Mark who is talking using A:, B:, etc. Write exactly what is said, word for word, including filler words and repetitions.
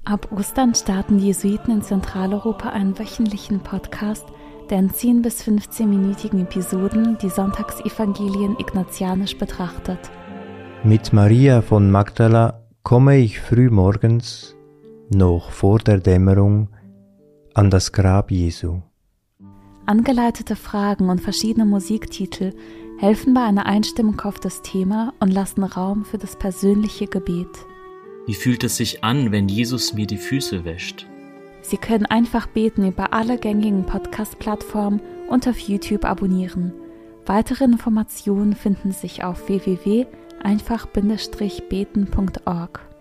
A: Ab Ostern starten die Jesuiten in Zentraleuropa einen wöchentlichen Podcast, der in zehn bis fünfzehn-minütigen Episoden die Sonntagsevangelien ignatianisch betrachtet.
B: Mit Maria von Magdala komme ich früh morgens, noch vor der Dämmerung, an das Grab Jesu.
A: Angeleitete Fragen und verschiedene Musiktitel helfen bei einer Einstimmung auf das Thema und lassen Raum für das persönliche Gebet.
C: Wie fühlt es sich an, wenn Jesus mir die Füße wäscht?
A: Sie können einfach beten über alle gängigen Podcast-Plattformen und auf YouTube abonnieren. Weitere Informationen finden sich auf w w w punkt einfach Bindestrich beten punkt org.